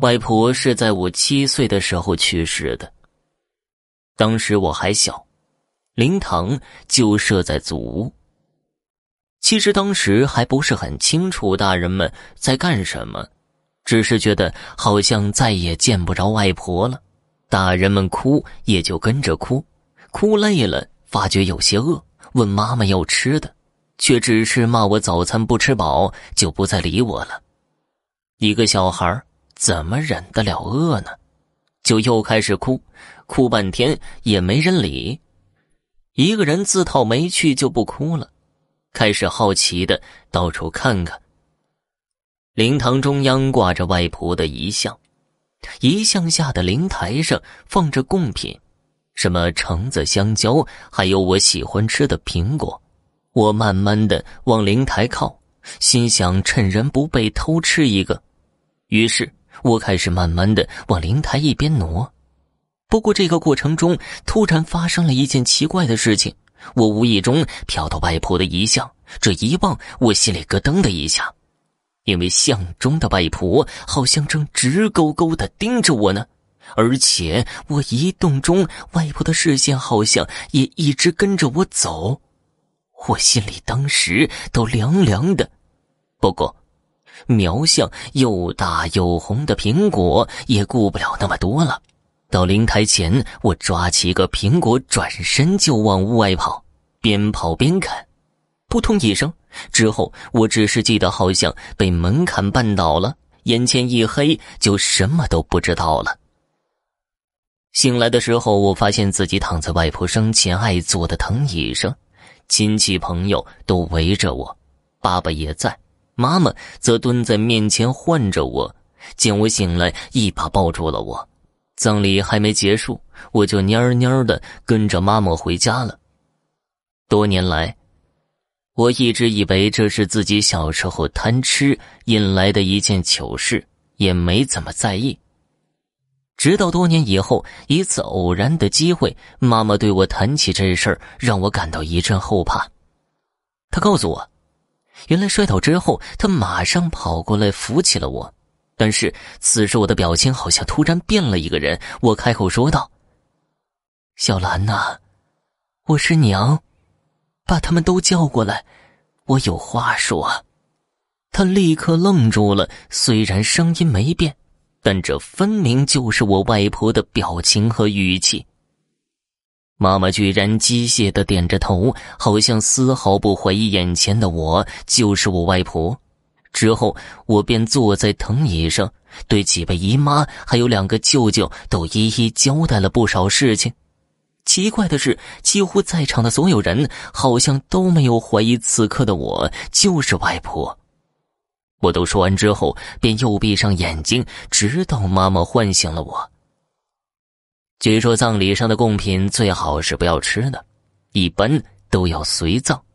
外婆是在我7岁的时候去世的，当时我还小，灵堂就设在祖屋。其实当时还不是很清楚大人们在干什么，只是觉得好像再也见不着外婆了，大人们哭也就跟着哭，哭累了发觉有些饿，问妈妈要吃的，却只是骂我早餐不吃饱，就不再理我了。一个小孩怎么忍得了饿呢？就又开始哭，哭半天也没人理，一个人自讨没趣就不哭了，开始好奇的到处看看。灵堂中央挂着外婆的遗像，遗像下的灵台上放着贡品，什么橙子、香蕉，还有我喜欢吃的苹果。我慢慢的往灵台靠，心想趁人不备偷吃一个，于是我开始慢慢的往灵台一边挪。不过这个过程中突然发生了一件奇怪的事情，我无意中瞟到外婆的遗像，这一望我心里咯噔的一下，因为像中的外婆好像正直勾勾地盯着我呢，而且我移动中外婆的视线好像也一直跟着我走，我心里当时都凉凉的。不过苗像又大又红的苹果也顾不了那么多了，到灵台前我抓起一个苹果转身就往屋外跑，边跑边看，扑通一声之后，我只是记得好像被门槛绊倒了，眼前一黑，就什么都不知道了。醒来的时候，我发现自己躺在外婆生前爱坐的藤椅上，亲戚朋友都围着我，爸爸也在，妈妈则蹲在面前唤着我，见我醒来一把抱住了我。葬礼还没结束，我就蔫蔫的跟着妈妈回家了。多年来，我一直以为这是自己小时候贪吃引来的一件糗事，也没怎么在意。直到多年以后，一次偶然的机会，妈妈对我谈起这事儿，让我感到一阵后怕。她告诉我，原来摔倒之后，她马上跑过来扶起了我，但是此时我的表情好像突然变了一个人。我开口说道：“小兰呐，我是娘，把他们都叫过来，我有话说。”他立刻愣住了，虽然声音没变，但这分明就是我外婆的表情和语气。妈妈居然机械地点着头，好像丝毫不怀疑眼前的我就是我外婆。之后我便坐在藤椅上，对几位姨妈还有2个舅舅都一一交代了不少事情。奇怪的是，几乎在场的所有人好像都没有怀疑此刻的我就是外婆。我都说完之后，便又闭上眼睛，直到妈妈唤醒了我。据说葬礼上的贡品最好是不要吃的，一般都要随葬，